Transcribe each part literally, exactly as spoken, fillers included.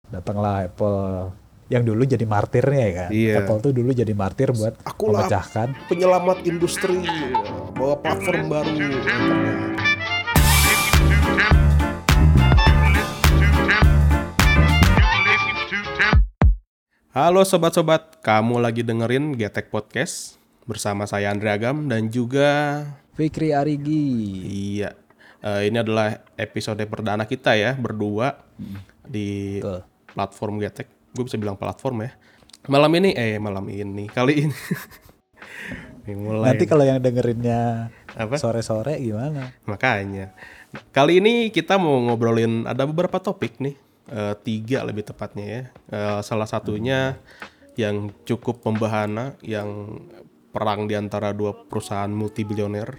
Datanglah Apple yang dulu jadi martirnya ya kan. Iya. Apple tuh dulu jadi martir buat Akulah memecahkan penyelamat industri, bawa platform baru internet. Halo sobat-sobat, kamu lagi dengerin Getek Podcast bersama saya Andre Agam dan juga Fikri Arigi. Iya, eh, ini adalah episode perdana kita ya berdua di Betul. platform Getek. Gue bisa bilang platform ya. Malam ini, eh malam ini, kali ini. Ini mulai. Nanti kalau yang dengerinnya Apa? sore-sore gimana? Makanya, kali ini kita mau ngobrolin ada beberapa topik nih, eh, tiga lebih tepatnya ya. Eh, salah satunya yang cukup membahana, yang perang di antara dua perusahaan multibilioner,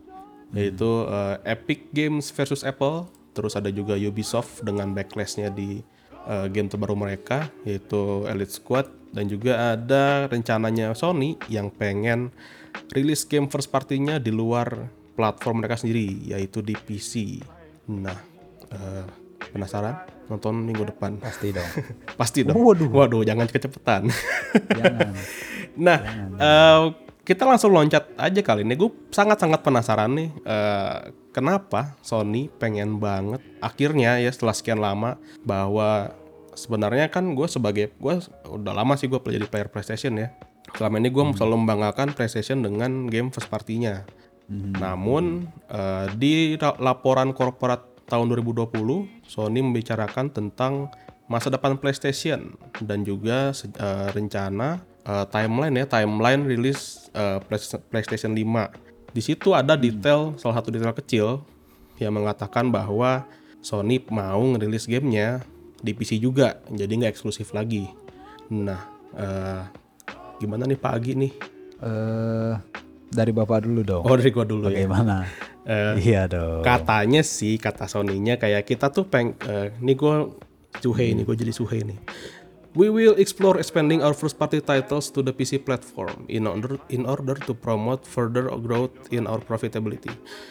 yaitu eh, Epic Games versus Apple. Terus ada juga Ubisoft dengan backlash-nya di eh, game terbaru mereka, yaitu Elite Squad. Dan juga ada rencananya Sony yang pengen rilis game first party-nya di luar platform mereka sendiri, yaitu di P C. Nah, eh, penasaran nonton minggu depan? Pasti dong. Pasti dong. Waduh. Waduh, jangan kecepetan. Jangan. Nah, eh, kita langsung loncat aja kali ini. Gue sangat-sangat penasaran nih, eh, kenapa Sony pengen banget akhirnya ya setelah sekian lama, bahwa sebenarnya kan gue sebagai, gue udah lama sih gue jadi player PlayStation ya. Selama ini gue hmm. selalu membanggakan PlayStation dengan game first party-nya. Hmm. Namun uh, di laporan korporat tahun dua ribu dua puluh, Sony membicarakan tentang masa depan PlayStation dan juga uh, rencana uh, timeline ya, timeline rilis uh, PlayStation lima. Di situ ada detail, hmm. salah satu detail kecil yang mengatakan bahwa Sony mau ngerilis gamenya di P C juga, jadi nggak eksklusif lagi. Nah, uh, gimana nih Pak Agi nih? Uh, dari Bapak dulu dong. Oh, dari gua dulu. Bagaimana? Ya. Uh, iya dong. Katanya sih, kata Sony-nya kayak kita tuh peng, uh, nih gua suhei hmm. nih, gua jadi suhei nih. We will explore expanding our first party titles to the P C platform in order in order to promote further growth in our profitability.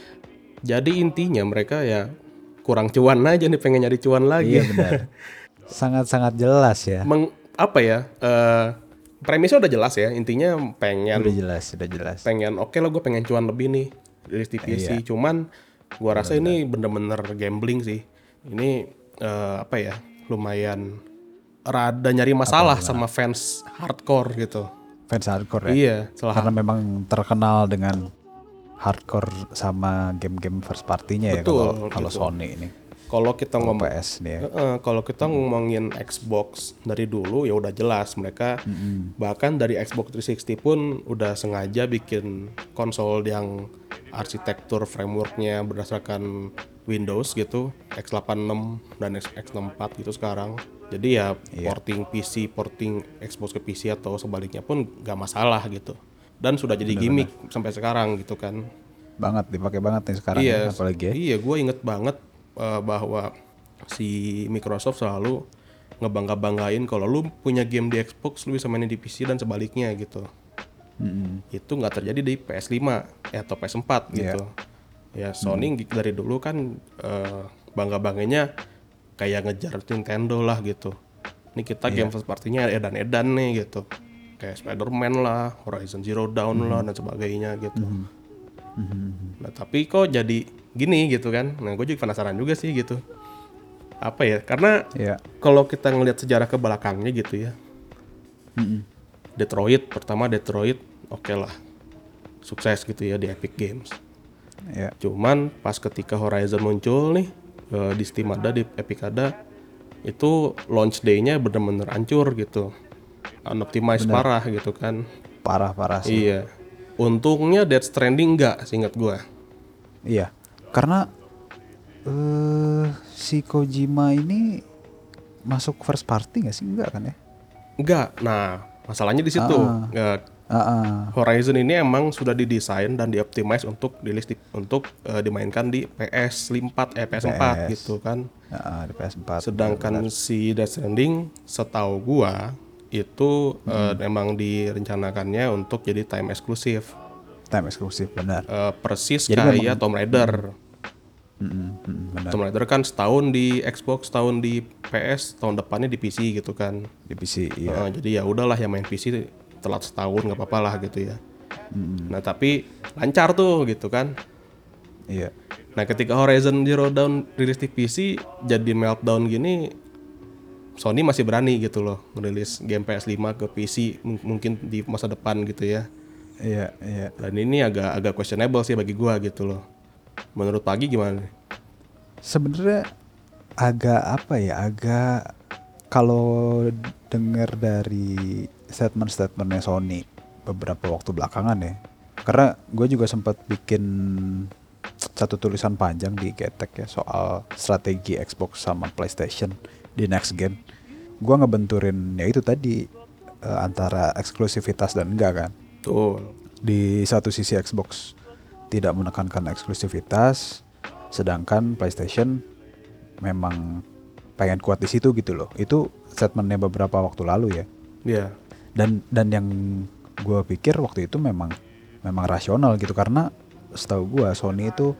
Jadi intinya mereka ya kurang cuan aja nih, pengen nyari cuan lagi. Iya benar. Sangat-sangat jelas ya. Meng, apa ya? Uh, premisnya udah jelas ya. Intinya pengen. Udah jelas, udah jelas. Pengen, oke okay lah, gue pengen cuan lebih nih dari P C. Iya. Cuman gue rasa benar, ini bener-bener gambling sih. Ini uh, apa ya? Lumayan rada nyari masalah apa, sama fans hardcore gitu. Fans hardcore ya. Iya. Karena memang terkenal dengan hardcore sama game-game first party-nya ya kalau kalau Sony ini. Kalau kita ngomong P S nih ya. Uh, kalau kita ngomongin Xbox dari dulu ya udah jelas mereka mm-hmm. bahkan dari Xbox three sixty pun udah sengaja bikin konsol yang arsitektur framework-nya berdasarkan Windows gitu, X eighty-six dan X sixty-four gitu sekarang. Jadi ya yeah. porting P C, porting Xbox ke P C atau sebaliknya pun gak masalah gitu. Dan sudah jadi gimmick bener-bener sampai sekarang gitu kan. Banget dipakai banget nih sekarang iya, ya, apalagi ya. Iya, gue inget banget uh, bahwa si Microsoft selalu ngebangga-banggain kalau lu punya game di Xbox lu bisa mainin di P C dan sebaliknya gitu. Mm-hmm. Itu nggak terjadi di P S five ya, atau P S four gitu. Yeah. Ya Sony mm-hmm. dari dulu kan uh, bangga-bangganya kayak ngejar Nintendo lah gitu. Ini kita yeah. game first party-nya edan-edan nih gitu. Kayak Spider-Man lah, Horizon Zero Dawn mm-hmm. lah dan sebagainya gitu. Mm-hmm. Nah tapi kok jadi gini gitu kan? Nah gue juga penasaran juga sih gitu. Apa ya? Karena yeah. kalau kita ngelihat sejarah ke belakangnya gitu ya. Mm-hmm. Detroit pertama Detroit oke okay lah, sukses gitu ya di Epic Games. Yeah. Cuman pas ketika Horizon muncul nih di Steam ada, di Epic ada, itu launch day-nya bener-bener hancur gitu. Unoptimized bener. Parah gitu kan. Parah-parah sih. Iya. Untungnya Death Stranding enggak, seingat gue. Iya. Karena uh, si Kojima ini masuk first party nggak sih? Enggak kan ya? Enggak. Nah, masalahnya di situ. Uh-uh. Uh, uh. Horizon ini emang sudah didesain dan dioptimize untuk di, untuk uh, dimainkan di P S four, eh P S four P S. Gitu kan. Uh, di P S four. Sedangkan benar-benar. Si Death Stranding setahu gua itu hmm. uh, memang direncanakannya untuk jadi time eksklusif. Time eksklusif benar. Uh, persis jadi kayak memang, Tomb Raider. Mm-mm, mm-mm, benar. Tomb Raider kan setahun di Xbox, setahun di P S, tahun depannya di P C gitu kan. Di P C, iya. Uh, jadi ya udahlah yang main P C telat setahun nggak apa-apa lah gitu ya. Mm-mm. Nah tapi lancar tuh gitu kan. Iya. Nah ketika Horizon Zero Dawn rilis di P C jadi meltdown gini, Sony masih berani gitu loh merilis game P S lima ke P C m- mungkin di masa depan gitu ya. Iya, iya. Dan ini agak agak questionable sih bagi gua gitu loh. Menurut Pagi gimana? Sebenarnya agak apa ya, agak kalau dengar dari statement-statementnya Sony beberapa waktu belakangan ya, karena gue juga sempat bikin satu tulisan panjang di Getek ya soal strategi Xbox sama PlayStation di next gen. Gue ngebenturin ya itu tadi, eh, antara eksklusivitas dan enggak kan. Tuh. Di satu sisi Xbox tidak menekankan eksklusivitas, sedangkan PlayStation memang pengen kuat di situ gitu loh. Itu statementnya beberapa waktu lalu ya. Iya. Yeah. Dan dan yang gue pikir waktu itu memang memang rasional gitu, karena setahu gue Sony itu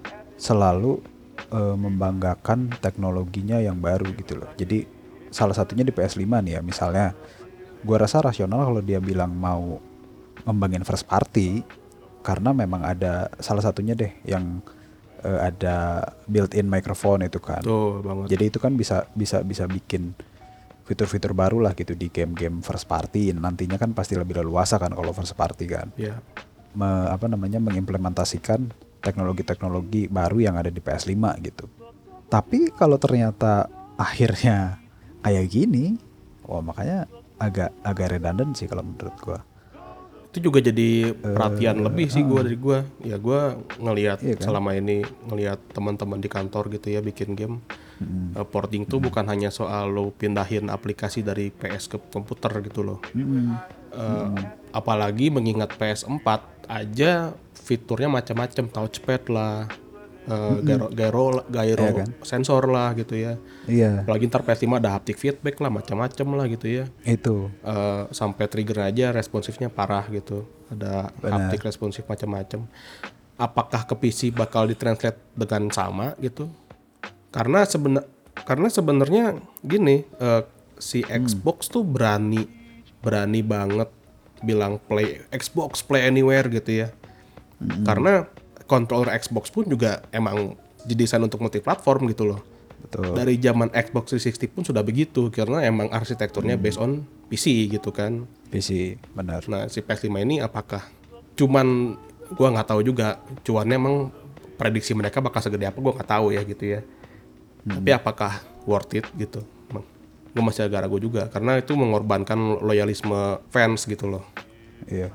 selalu uh, membanggakan teknologinya yang baru gitu loh. Jadi salah satunya di P S lima nih ya, misalnya gue rasa rasional kalau dia bilang mau ngembangin first party, karena memang ada salah satunya deh yang uh, ada built-in microphone itu kan. Tuh banget. Jadi itu kan bisa bisa bisa bikin fitur-fitur baru lah gitu di game-game first party. Nantinya kan pasti lebih leluasa kan kalau first party kan. Iya. Yeah. Me, apa namanya mengimplementasikan teknologi-teknologi baru yang ada di P S lima gitu. Tapi kalau ternyata akhirnya kayak gini, wah makanya agak agak redundant sih kalau menurut gua. Itu juga jadi perhatian uh, lebih sih uh, gue dari gue. Ya gue ngelihat iya kan? selama ini ngelihat teman-teman di kantor gitu ya bikin game. Hmm. Uh, porting tuh hmm. bukan hanya soal lo pindahin aplikasi dari P S ke komputer gitu loh. Hmm. Uh, hmm. Apalagi mengingat P S empat aja fiturnya macam-macam, touchpad lah, uh, gyro, gyro, gyro yeah, kan? Sensor lah gitu ya. Iya. Apalagi ntar P S lima ada haptic feedback lah, macam-macam lah gitu ya. Itu. Uh, sampai trigger aja responsifnya parah gitu. Ada Benar. Haptic responsif macam-macam. Apakah ke P C bakal ditranslate dengan sama gitu? Karena sebenar karena sebenarnya gini, uh, si Xbox hmm. tuh berani berani banget bilang play Xbox play anywhere gitu ya. Hmm. Karena controller Xbox pun juga emang didesain untuk multiplatform gitu loh. Betul. Dari zaman Xbox tiga sixty pun sudah begitu karena emang arsitekturnya hmm. based on P C gitu kan. P C, benar. Nah, si P S lima ini apakah cuman gua nggak tahu juga cuannya emang prediksi mereka bakal segede apa gua nggak tahu ya gitu ya. Hmm. Tapi apakah worth it gitu? Gue masih agak ragu juga karena itu mengorbankan loyalisme fans gitu loh. Iya.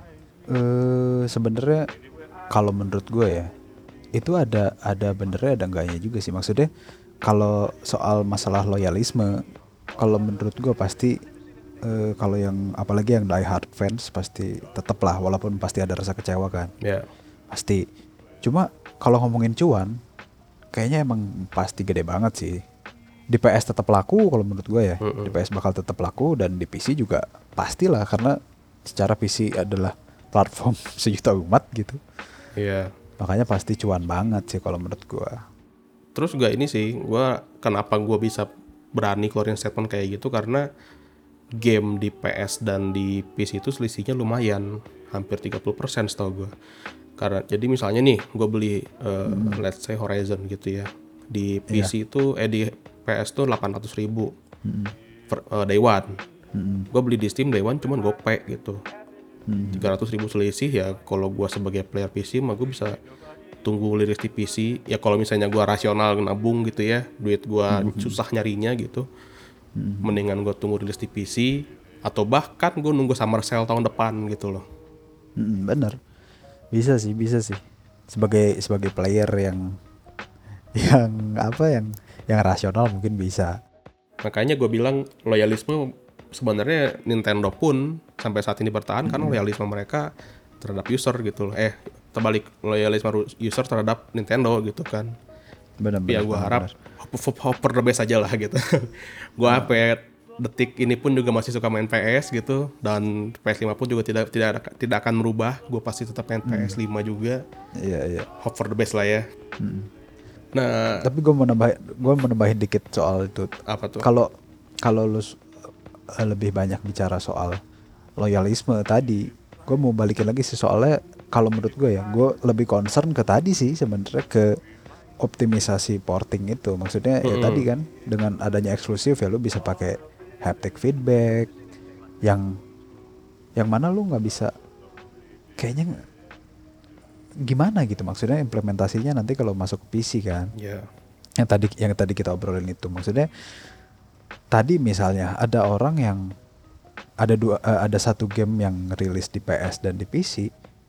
Uh, sebenarnya kalau menurut gue ya itu ada ada benernya ada enggaknya juga sih. Maksudnya kalau soal masalah loyalisme, kalau menurut gue pasti uh, kalau yang apalagi yang die hard fans pasti tetep lah walaupun pasti ada rasa kecewa kan. Iya. Yeah. Pasti. Cuma kalau ngomongin cuan, kayaknya emang pasti gede banget sih. Di P S tetap laku kalau menurut gue ya. Mm-hmm. Di P S bakal tetap laku dan di P C juga pastilah karena secara P C adalah platform sejuta umat gitu. Iya. Yeah. Makanya pasti cuan banget sih kalau menurut gue. Terus juga ini sih, gue kenapa gue bisa berani keluarin statement kayak gitu karena game di P S dan di P C itu selisihnya lumayan, hampir tiga puluh persen setahu gue. Karena jadi misalnya nih, gue beli uh, hmm. let's say Horizon gitu ya. Di P C itu yeah. eh di P S tuh delapan ratus ribu hmm. per, uh, day one. Hmm. Gue beli di Steam day one cuman gope gitu. Hmm. tiga ratus ribu selisih ya. Kalau gue sebagai player P C mah gue bisa tunggu liris di P C. Ya kalau misalnya gue rasional nabung gitu ya, duit gue hmm. susah nyarinya gitu. Hmm. Mendingan gue tunggu rilis di P C atau bahkan gue nunggu summer sale tahun depan gitu loh. Hmm, bener. Bisa sih, bisa sih. Sebagai sebagai player yang yang apa yang yang rasional mungkin bisa. Makanya gue bilang loyalisme sebenarnya Nintendo pun sampai saat ini bertahan mm-hmm. karena loyalisme mereka terhadap user gitu loh. Eh terbalik loyalisme user terhadap Nintendo gitu kan. Benar-benar. Ya gue harap hope, hope for the best aja lah gitu. Gue nah. sampai detik ini pun juga masih suka main P S gitu dan P S lima pun juga tidak tidak tidak akan merubah. Gue pasti tetap main mm. P S lima juga. Iya iya. Hope for the best lah ya. Mm. Nah, Tapi gue mau nambahin, gue mau nambahin dikit soal itu. apa tuh? Kalau kalau lu s- eh, lebih banyak bicara soal loyalisme tadi, gue mau balikin lagi sih soalnya kalau menurut gue ya, gue lebih concern ke tadi sih sebenarnya ke optimisasi porting itu. Maksudnya ya Mm-mm. tadi kan dengan adanya eksklusif ya lu bisa pakai haptic feedback yang yang mana lu nggak bisa kayaknya nggak- gimana gitu maksudnya implementasinya nanti kalau masuk ke P C kan. Ya. Yang tadi yang tadi kita obrolin itu maksudnya tadi misalnya ada orang yang ada dua eh, ada satu game yang rilis di P S dan di P C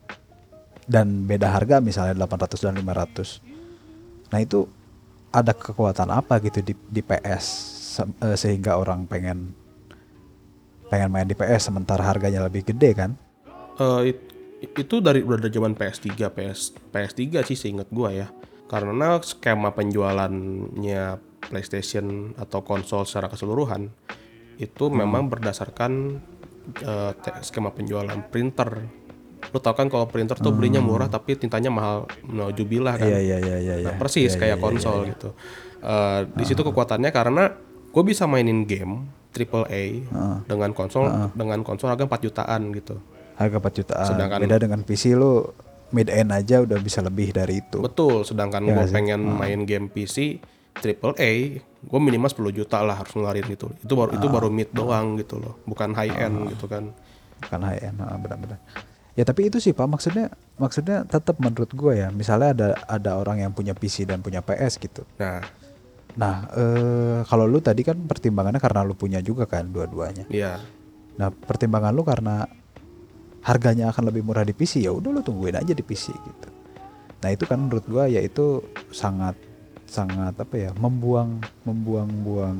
dan beda harga misalnya delapan ratus dan lima ratus. Nah itu ada kekuatan apa gitu di di P S se- eh, sehingga orang pengen pengen main di P S sementara harganya lebih gede kan? Eh, it- itu dari udah dari zaman P S tiga, PS PS3 sih seingat gua ya. Karena skema penjualannya PlayStation atau konsol secara keseluruhan itu memang berdasarkan eh, te- skema penjualan printer. Lu tau kan kalau printer tuh belinya murah tapi tintanya mahal naujubillah kan. Iya iya iya iya Nah, iya. persis Iya, kayak iya, iya, konsol iya. gitu. Eh, di situ kekuatannya karena gue bisa mainin game triple A dengan konsol dengan konsol harga empat jutaan gitu. Harga empat jutaan. Sedangkan Beda dengan P C lu mid end aja udah bisa lebih dari itu. betul, sedangkan Ya gue nggak sih? pengen main game P C triple A, gue minimal sepuluh juta lah harus ngeluarin gitu. Itu baru itu baru mid doang gitu loh, bukan high end gitu kan. Bukan high end, ah, benar-benar. Ya tapi itu sih Pak, maksudnya maksudnya tetap menurut gue ya, misalnya ada ada orang yang punya P C dan punya P S gitu. Nah, Nah, eh, kalau lu tadi kan pertimbangannya karena lu punya juga kan dua-duanya. ya Nah, pertimbangan lu karena harganya akan lebih murah di P C, ya udah lu tungguin aja di P C gitu. Nah, itu kan menurut gua ya itu sangat sangat apa ya, membuang membuang-buang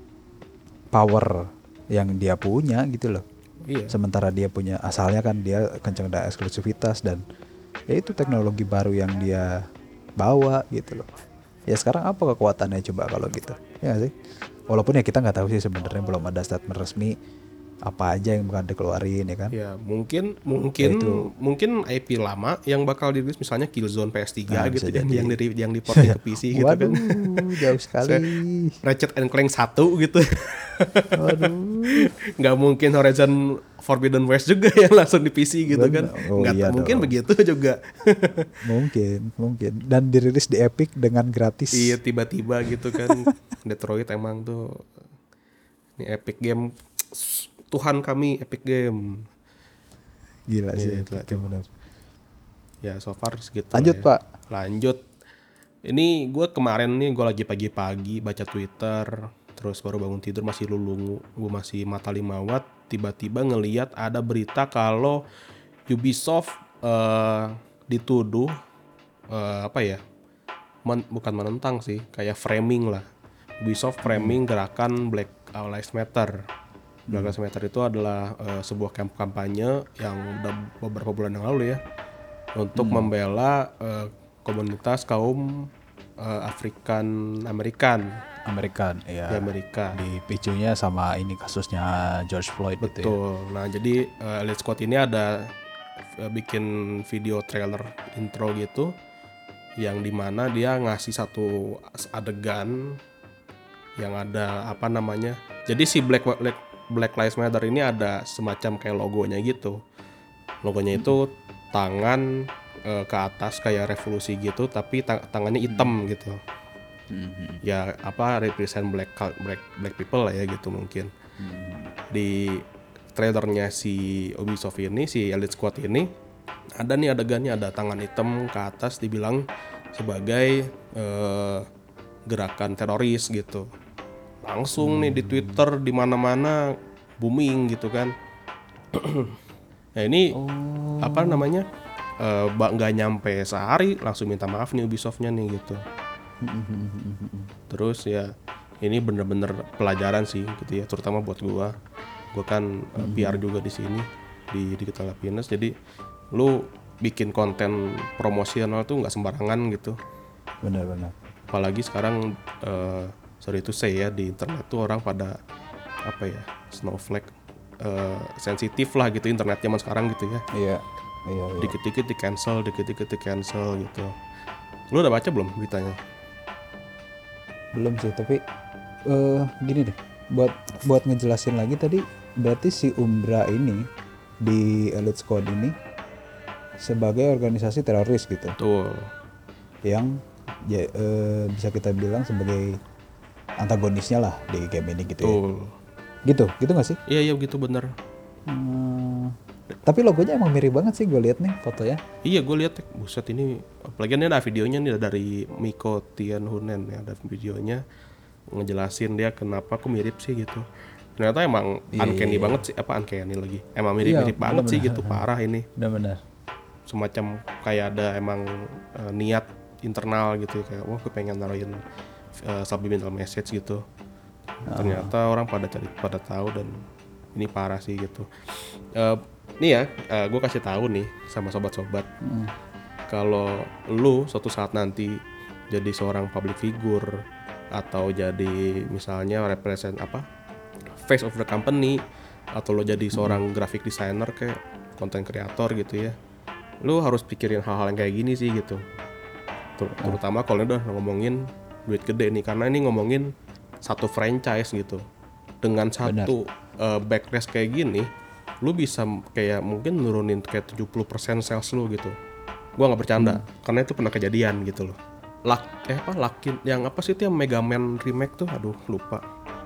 power yang dia punya gitu loh. iya. Sementara dia punya asalnya kan dia kenceng dengan eksklusivitas dan ya itu teknologi baru yang dia bawa gitu loh. Ya sekarang apa kekuatannya coba kalau gitu? Ya nggak sih? Walaupun ya kita nggak tahu sih sebenarnya belum ada statement resmi apa aja yang bakal dikeluarin ya kan. Ya mungkin mungkin Ya, itu. mungkin I P lama yang bakal dirilis misalnya Killzone P S tiga Nah, gitu bisa yang jadi. yang di yang diporting ke P C gitu Waduh, kan. jauh sekali. Ratchet and Clank satu gitu. Waduh. Nggak mungkin Horizon Forbidden West juga yang langsung di P C gitu kan. Bener. Oh, Nggak iya mungkin dong. begitu juga. Mungkin, mungkin. Dan dirilis di Epic dengan gratis. Iya tiba-tiba gitu kan. Detroit emang tuh ini Epic Game Tuhan kami Epic Game. Gila sih, Gila itu benar. Ya so far segitu. Lanjut, lah ya. Pak. Lanjut. Ini gue kemarin nih gue lagi pagi-pagi baca Twitter, terus baru bangun tidur masih lulungu, gue masih mata lima watt, tiba-tiba ngeliat ada berita kalau Ubisoft eh, dituduh eh, apa ya? Men- bukan menentang sih, kayak framing lah. Ubisoft framing gerakan Black Lives Matter. Black Lives Matter itu adalah eh, sebuah kamp kampanye yang udah beberapa bulan yang lalu ya, untuk membela eh, komunitas kaum eh, Afrikan Amerikan American, ya. di Amerika. Dipicunya sama ini kasusnya George Floyd gitu ya. Betul. Nah jadi eh, Elite Squad ini ada eh, bikin video trailer intro gitu, yang dimana dia ngasih satu adegan yang ada apa namanya. Jadi si Black Black, Black Lives Matter ini ada semacam kayak logonya gitu. Logonya itu tangan eh, ke atas kayak revolusi gitu, tapi tang- tangannya hitam gitu. Ya apa represent black cul- black black people lah ya gitu mungkin. Di trailernya si Ubisoft ini, si Elite Squad ini ada nih adegannya, ada tangan hitam ke atas dibilang sebagai eh, gerakan teroris gitu. Langsung nih di Twitter di mana-mana booming gitu kan. Nah ini apa namanya eh, ba- nggak nyampe sehari langsung minta maaf nih Ubisoftnya nih gitu. Terus ya ini bener-bener pelajaran sih gitu ya, terutama buat gua. Gua kan eh, P R juga di sini di Digital Happiness, jadi lu bikin konten promosional tuh nggak sembarangan gitu. Benar-benar. Apalagi sekarang eh, sorry to say ya, di internet tuh orang pada apa ya, snowflake eh, sensitif lah gitu internet zaman sekarang gitu ya. Iya. Iya, iya. Dikit-dikit di cancel, dikit-dikit di cancel gitu. Lu udah baca belum beritanya? belum sih, tapi eh gini deh, buat buat ngejelasin lagi tadi, berarti si Umbra ini di Elite Squad ini sebagai organisasi teroris gitu, Betul. yang ya, eh, bisa kita bilang sebagai antagonisnya lah di game ini gitu ya. Betul. Gitu, gitu nggak sih? Iya iya gitu bener. Hmm, tapi logonya emang mirip banget sih, gue lihat nih fotonya. Iya gue lihat buset ini, apalagi ini ada videonya nih dari Miko Tianhunen ya, ada videonya ngejelasin dia kenapa aku mirip sih gitu. Ternyata emang Iya, uncanny iya, banget sih, apa uncanny lagi. Emang mirip-mirip Iya, banget sih benar-benar. gitu, parah ini. Benar-benar. Semacam kayak ada emang eh, niat internal gitu kayak wah aku pengen naruhin uh, subliminal message gitu. Ternyata orang pada cari pada tahu dan ini parah sih gitu. Eh nih ya, uh, gue kasih tahu nih sama sobat-sobat. Kalau lu suatu saat nanti jadi seorang public figure atau jadi misalnya represent apa face of the company, atau lo jadi seorang graphic designer kayak content creator gitu ya, lu harus pikirin hal-hal yang kayak gini sih gitu. Ter- terutama kalau udah ngomongin duit gede nih, karena ini ngomongin satu franchise gitu. Dengan satu uh, backlash kayak gini, lu bisa m- kayak mungkin nurunin kayak tujuh puluh persen sales lu gitu. Gua nggak bercanda, karena itu pernah kejadian gitu loh. Lak, eh apa Lakin yang apa sih itu yang Mega Man remake tuh, aduh lupa.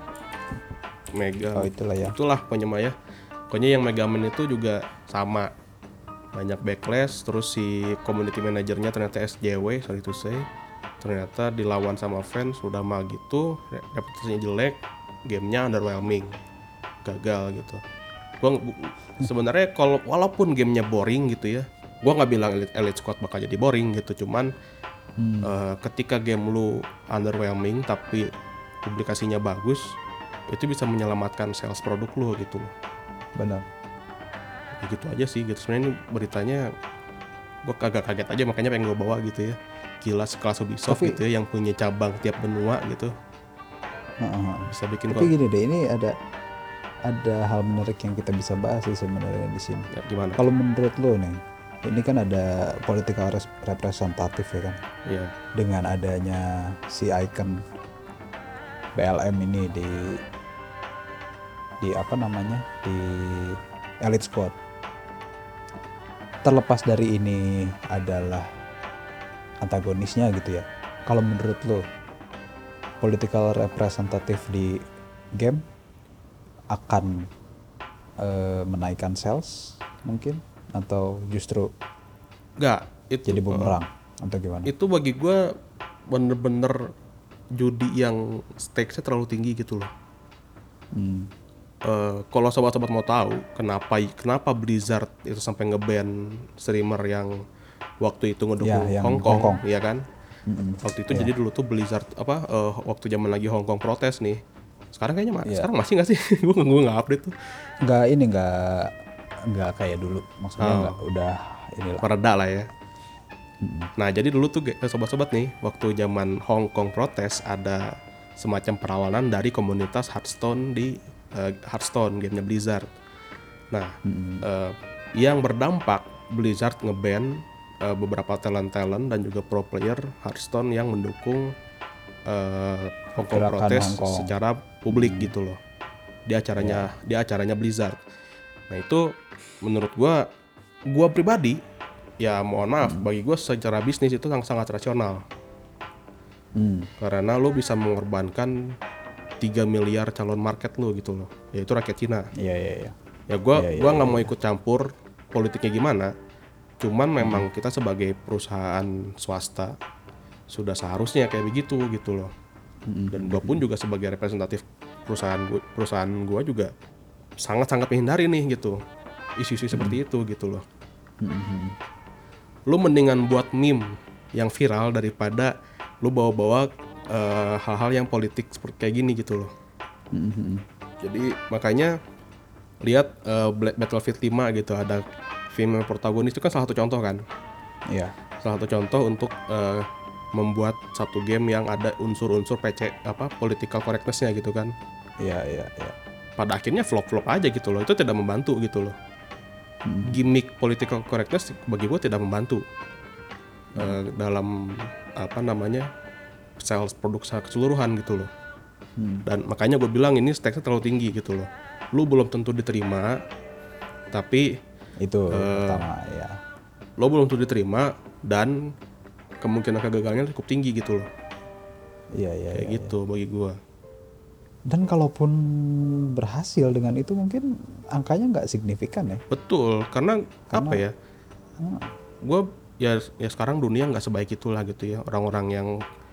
Mega. Oh, itulah ya. Itulah pokoknya mah ya. Pokoknya yang Mega Man itu juga sama. Banyak backlash, terus si community manajernya ternyata S J W, sorry to say. Ternyata dilawan sama fans, udah mah gitu, re- reputasinya jelek, gamenya underwhelming, gagal gitu. Gua nge- sebenarnya kalau walaupun gamenya boring gitu ya, gua nggak bilang Elite, Elite Squad bakal jadi boring gitu, cuman eh, ketika game lu underwhelming tapi publikasinya bagus, itu bisa menyelamatkan sales produk lu gitu loh. Benar. Ya gitu aja sih gitu. Sebenarnya ini beritanya gue kagak kaget aja, makanya pengen gue bawa gitu ya. Gila sekelas Ubisoft Tapi- gitu ya, yang punya cabang tiap benua gitu, Heeh. bisa bikin Tapi kok. gini deh, ini ada ada hal menarik yang kita bisa bahas sih sebenarnya di sini. Ya, gimana? Kalau menurut lo nih, ini kan ada political res- representatif ya kan, Iya. dengan adanya si icon B L M ini di di apa namanya di Elite Squad. Terlepas dari ini adalah antagonisnya gitu ya. Kalau menurut lo, political representatif di game akan eh, menaikkan sales mungkin, atau justru Enggak, itu jadi bumerang atau gimana? itu bagi gue bener-bener judi yang stakesnya terlalu tinggi gitu loh. Hmm. Eh, kalau sobat-sobat mau tahu kenapa kenapa Blizzard itu sampai ngeban streamer yang waktu itu ngedukung Ya, yang Hong Kong, Hong Kong. ya kan? Mm-mm. Waktu itu jadi dulu tuh Blizzard apa eh, waktu zaman lagi Hong Kong protes nih. Sekarang kayaknya ma- Iya. sekarang masih nggak sih? gue gue nggak update tuh. Nggak ini nggak nggak kayak dulu, maksudnya Oh. nggak udah inilah. Mereda lah ya. Nah jadi dulu tuh ge- sobat-sobat nih, waktu zaman Hong Kong protes ada semacam perlawanan dari komunitas Hearthstone di eh, Hearthstone gamenya Blizzard. Nah eh, yang berdampak Blizzard ngeban eh, beberapa talent-talent dan juga pro player Hearthstone yang mendukung eh, Hong Kong Gerakan protes Hong Kong. secara publik gitu loh di acaranya di acaranya Blizzard. Nah itu menurut gua gua pribadi ya mohon maaf bagi gua secara bisnis itu sangat sangat rasional, Hmm. karena lu bisa mengorbankan tiga miliar calon market lu gitu loh, yaitu rakyat Cina. Iya iya iya. Ya gua Iya, iya, gua nggak mau ikut campur politiknya gimana, cuman memang kita sebagai perusahaan swasta sudah seharusnya kayak begitu gitu loh. Dan gua pun juga sebagai representatif perusahaan gua, perusahaan gua juga sangat-sangat menghindari nih gitu isu-isu seperti itu gitu loh. Lu mendingan buat meme yang viral daripada lu bawa-bawa eh, hal-hal yang politik seperti kayak gini gitu loh. Jadi makanya lihat eh, Black- Battlefield lima gitu, ada female protagonis itu kan salah satu contoh kan. Iya. Salah satu contoh untuk eh, membuat satu game yang ada unsur-unsur P C apa political correctness-nya gitu kan. Iya iya iya. Pada akhirnya flop-flop aja gitu loh. Itu tidak membantu gitu loh. Gimmick political correctness bagi gue tidak membantu eh, dalam apa namanya sales produk secara keseluruhan gitu loh. Hmm. Dan makanya gue bilang ini stakesnya terlalu tinggi gitu loh. Lu belum tentu diterima, tapi itu uh, pertama ya. Lo belum tentu diterima dan kemungkinan kegagalannya cukup tinggi gitu loh. Iya iya. Kayak ya, gitu ya. Bagi gue. Dan kalaupun berhasil dengan itu mungkin angkanya nggak signifikan ya. Betul, karena, karena apa ya? Hmm. Gue ya ya sekarang dunia nggak sebaik itulah gitu ya. Orang-orang yang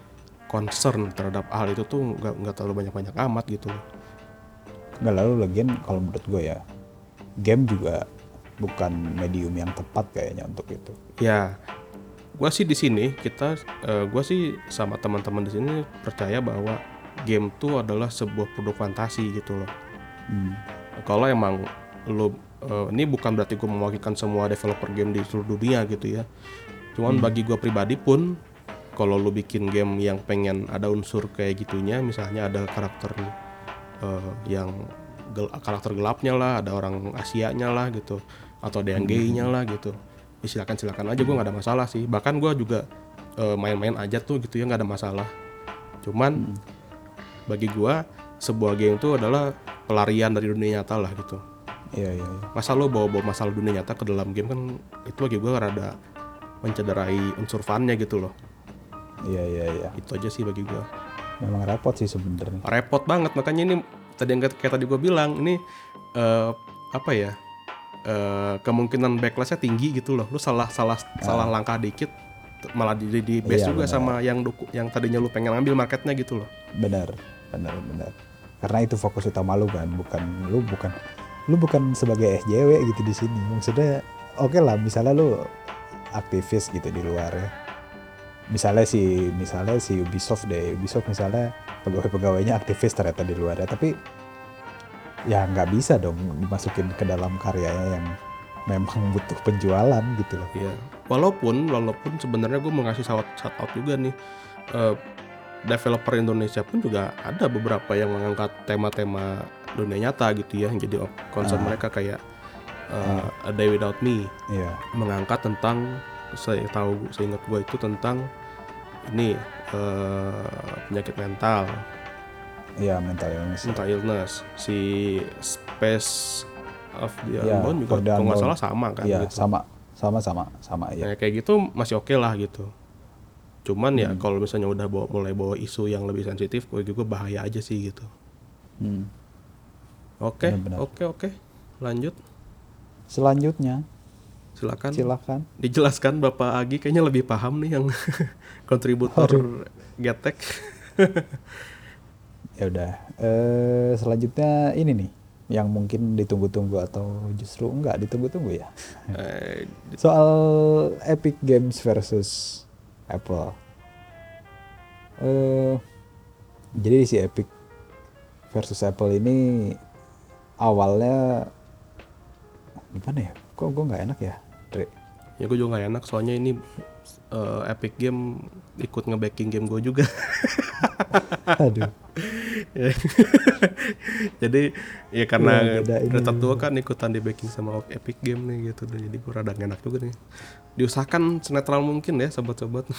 concern terhadap hal itu tuh nggak nggak terlalu banyak-banyak amat gitu loh. Nggak, lalu lagian kalau menurut gue ya, game juga bukan medium yang tepat kayaknya untuk itu. Ya, gue sih di sini kita, uh, gue sih sama teman-teman di sini percaya bahwa game tuh adalah sebuah produk fantasi gitu loh. Hmm. Kalau emang lo uh, ini bukan berarti gue mewakilkan semua developer game di seluruh dunia gitu ya. Cuman hmm. bagi gue pribadi pun, kalau lo bikin game yang pengen ada unsur kayak gitunya, misalnya ada karakter uh, yang gel- karakter gelapnya lah, ada orang Asianya lah gitu, atau ada yang gay-nya lah gitu. Ya silakan silakan aja, gue nggak ada masalah sih. Bahkan gue juga uh, main-main aja tuh gitu ya, nggak ada masalah. Cuman hmm. bagi gue sebuah game itu adalah pelarian dari dunia nyata lah gitu. Iya iya. Masa lo bawa-bawa masalah dunia nyata ke dalam game kan itu bagi gue rada mencederai unsur fun-nya gitu loh. Iya iya iya. Itu aja sih bagi gue. Memang repot sih sebenarnya. Repot banget, makanya ini tadi yang kayak tadi gue bilang ini uh, apa ya? Uh, kemungkinan backlash-nya tinggi gitu loh. Lu salah salah ah. salah langkah dikit malah di di base iya, juga bener. Sama yang duku, yang tadinya lu pengen ambil marketnya gitu loh. Benar, benar, benar. Karena itu fokus utama lu kan, bukan lu bukan lu bukan sebagai S J W gitu di sini. Maksudnya oke okay lah, misalnya lu aktivis gitu di luar ya. Misalnya si misalnya si Ubisoft deh, Ubisoft misalnya pegawai-pegawainya aktivis ternyata di luar ya, tapi ya nggak bisa dong dimasukin ke dalam karyanya yang memang butuh penjualan gitu loh. Iya. Walaupun walaupun sebenarnya gue mau ngasih shout out juga nih, uh, developer Indonesia pun juga ada beberapa yang mengangkat tema-tema dunia nyata gitu ya, yang jadi concern ah. mereka kayak uh, ah. A Day Without Me, yeah. mengangkat tentang, saya tahu seingat gue itu tentang ini uh, penyakit mental. Iya, mental illness. Mental illness. Si Space of the ya, Unbound juga kalau nggak salah sama kan ya, gitu. sama sama sama sama ya. Nah, kayak gitu masih oke okay lah gitu. Cuman hmm. ya kalau misalnya udah bawa, mulai bawa isu yang lebih sensitif, gue juga bahaya aja sih gitu. Hmm. Oke, oke, oke. Lanjut. Selanjutnya silakan. Silakan. Dijelaskan Bapak Agi, kayaknya lebih paham nih yang kontributor Getek. Ya udah. Eh, selanjutnya ini nih yang mungkin ditunggu-tunggu atau justru enggak ditunggu-tunggu ya. Eh, Soal Epic Games versus Apple. Eh, jadi si Epic versus Apple ini awalnya gimana ya? Kok gue nggak enak ya, Dre? Ya gue juga nggak enak soalnya ini uh, Epic Game ikut nge-backing game gue juga. Aduh. Jadi ya karena Dota dua kan ikutan di backing sama Epic Game nih gitu, jadi gue rada gak enak juga nih. Diusahakan senetral mungkin ya sobat-sobat.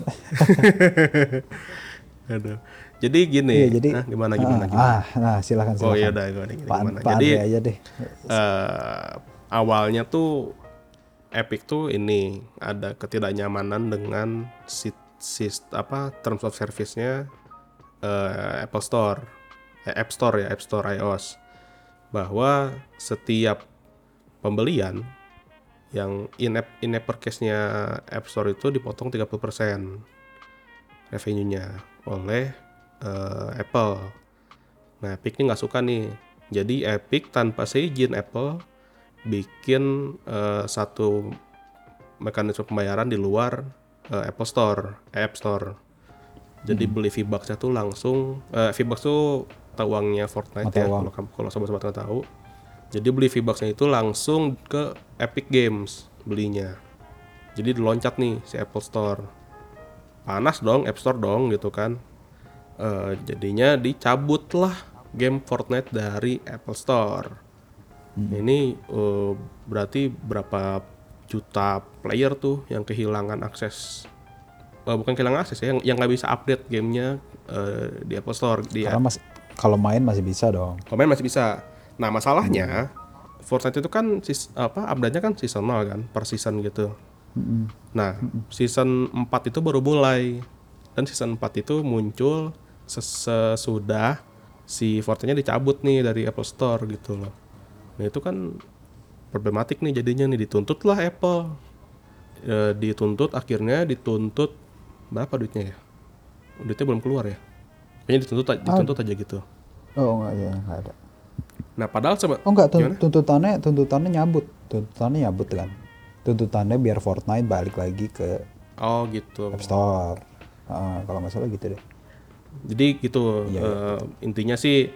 Aduh. Jadi gini, iya, jadi, nah, gimana gimana ah, gimana? Ah, nah silakan silakan. Oh iya udah gimana gimana. Pa- jadi aja deh. Uh, awalnya tuh Epic tuh ini ada ketidaknyamanan dengan sit, sit apa terms of service-nya uh, Apple Store, eh, App Store ya, App Store iOS, bahwa setiap pembelian yang in-app in-app purchase-nya App Store itu dipotong tiga puluh persen revenue-nya oleh uh, Apple. Nah, Epic ini nggak suka nih. Jadi Epic tanpa seizin Apple bikin uh, satu mekanisme pembayaran di luar uh, Apple Store, App Store. Jadi hmm. beli V-Bucks-nya tuh langsung, uh, V-Bucks tuh tahu uangnya Fortnite mata ya, uang. kalau kalau sobat-sobat nggak tahu. Jadi beli V-Bucks-nya itu langsung ke Epic Games belinya. Jadi diloncat nih si Apple Store. Panas dong, App Store dong gitu kan. Uh, jadinya dicabutlah game Fortnite dari Apple Store. Hmm. Ini uh, berarti berapa juta player tuh yang kehilangan akses uh, bukan kehilangan akses ya, yang yang nggak bisa update gamenya uh, di Apple Store. Dia Karena mas kalau main masih bisa dong. komen masih bisa. Nah masalahnya hmm. Fortnite itu kan sis, apa update-nya kan seasonal kan, per season gitu. Hmm. Nah hmm. season empat itu baru mulai, dan season empat itu muncul sesudah si Fortnite-nya dicabut nih dari Apple Store gitu loh. Nah itu kan problematik nih jadinya nih, dituntut lah Apple. E, dituntut akhirnya dituntut berapa duitnya ya? Duitnya belum keluar ya? Kayaknya dituntut dituntut ah. aja gitu. Oh enggak ya, enggak ada. Nah, padahal seba- Oh enggak, tunt- tuntutannya tuntutannya nyabut. Tuntutannya nyabut kan. Tuntutannya biar Fortnite balik lagi ke Oh, gitu. App Store. Uh, kalau nggak salah gitu deh. Jadi gitu, iya, uh, iya. Intinya sih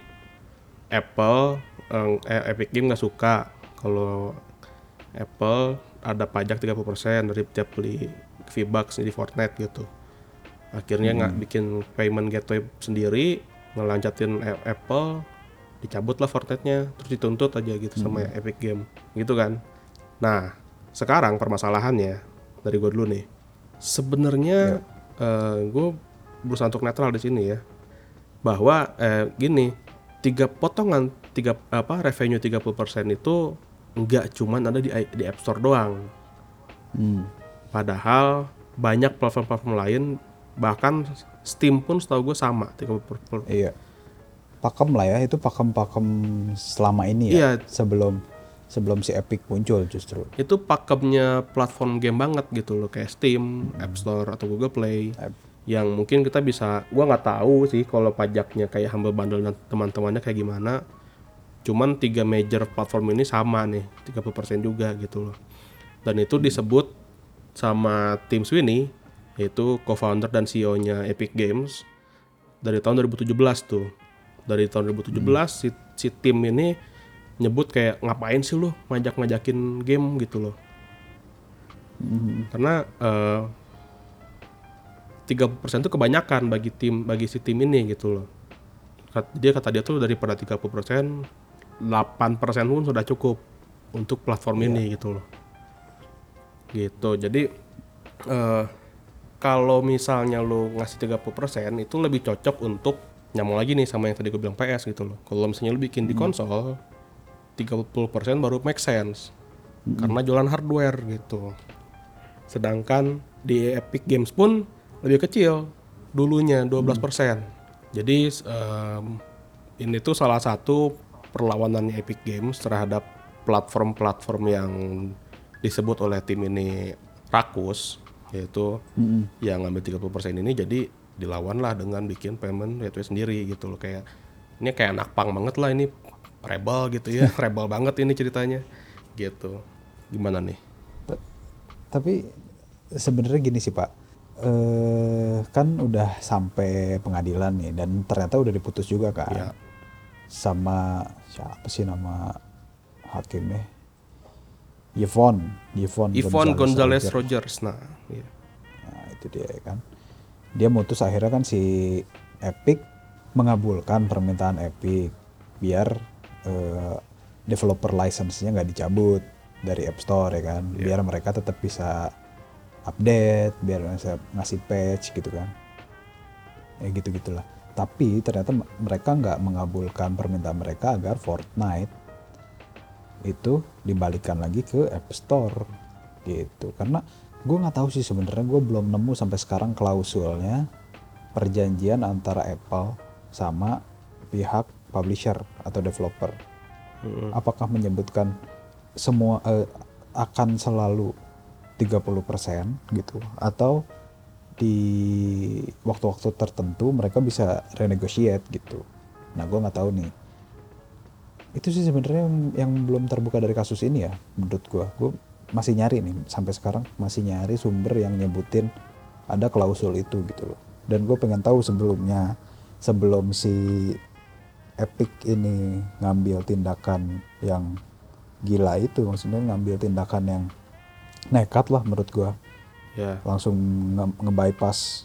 Apple eh, Epic Game nggak suka kalau Apple ada pajak tiga puluh persen dari tiap beli V-Bucks di Fortnite gitu. Akhirnya nggak hmm. bikin payment gateway sendiri, ngelancatin Apple, dicabut lah Fortnite-nya, terus dituntut aja gitu hmm. sama Epic Game, gitu kan. Nah, sekarang permasalahannya dari gue dulu nih. Sebenarnya yeah. uh, gue berusaha untuk netral di sini ya. Bahwa eh, gini, tiga potongan tiga apa revenue tiga puluh persen itu enggak cuman ada di di App Store doang. Hmm. Padahal banyak platform-platform lain, bahkan Steam pun setahu gue sama tiga puluh persen. Iya. Pakem lah ya, itu pakem-pakem selama ini ya. Iya. Sebelum sebelum si Epic muncul justru. Itu pakemnya platform game banget gitu loh, kayak Steam, hmm. App Store atau Google Play. App. Yang mungkin kita bisa, gua nggak tahu sih kalau pajaknya kayak Humble Bundle dan teman-temannya kayak gimana. Cuman tiga major platform ini sama nih, tiga puluh persen juga gitu loh. Dan itu disebut sama Tim Sweeney, yaitu co-founder dan C E O-nya Epic Games dari tahun dua ribu tujuh belas tuh. Dari tahun dua ribu tujuh belas hmm. si, si tim ini nyebut kayak ngapain sih lu ngajak-ngajakin game gitu loh. Hmm. Karena uh, tiga puluh persen itu kebanyakan bagi tim bagi si tim ini gitu loh. Dia kata dia tuh daripada tiga puluh persen, delapan persen pun sudah cukup untuk platform yeah. ini gitu loh. Gitu. Jadi uh, kalau misalnya lu ngasih tiga puluh persen itu lebih cocok untuk nyambung lagi nih sama yang tadi gue bilang P S gitu loh. Kalau misalnya lu bikin hmm. di konsol, tiga puluh persen baru make sense. Hmm. Karena jualan hardware gitu. Sedangkan di Epic Games pun lebih kecil dulunya dua belas persen. Hmm. Jadi um, ini tuh salah satu perlawanannya Epic Games terhadap platform-platform yang disebut oleh tim ini rakus, yaitu hmm. yang ngambil tiga puluh persen ini, jadi dilawan lah dengan bikin payment gateway sendiri gitu loh. Kayak ini kayak anak pang banget lah, ini rebel gitu ya. Rebel banget ini ceritanya gitu. Gimana nih? Tapi sebenarnya gini sih Pak, Uh, kan udah sampai pengadilan nih dan ternyata udah diputus juga kan ya. Sama siapa sih nama hakimnya? Yvonne Yvonne Yvonne Gonzalez, Gonzalez Rogers. Nah, iya. Nah itu dia kan, dia mutus akhirnya kan si Epic mengabulkan permintaan Epic biar uh, developer license-nya nggak dicabut dari App Store ya kan, ya. Biar mereka tetap bisa update, biar ngasih, ngasih patch gitu kan, ya gitu gitulah. Tapi ternyata mereka nggak mengabulkan permintaan mereka agar Fortnite itu dibalikan lagi ke App Store gitu. Karena gue nggak tahu sih sebenarnya, gue belum nemu sampai sekarang klausulnya perjanjian antara Apple sama pihak publisher atau developer. Mm-hmm. Apakah menyebutkan semua uh, akan selalu tiga puluh persen gitu, atau di waktu-waktu tertentu mereka bisa renegotiate gitu. Nah gue nggak tahu nih, itu sih sebenarnya yang, yang belum terbuka dari kasus ini ya menurut gue. Gue masih nyari nih sampai sekarang, masih nyari sumber yang nyebutin ada klausul itu gitu loh. Dan gue pengen tahu sebelumnya, sebelum si Epic ini ngambil tindakan yang gila itu, maksudnya ngambil tindakan yang nekat lah menurut gua, yeah. Langsung nge- nge-bypass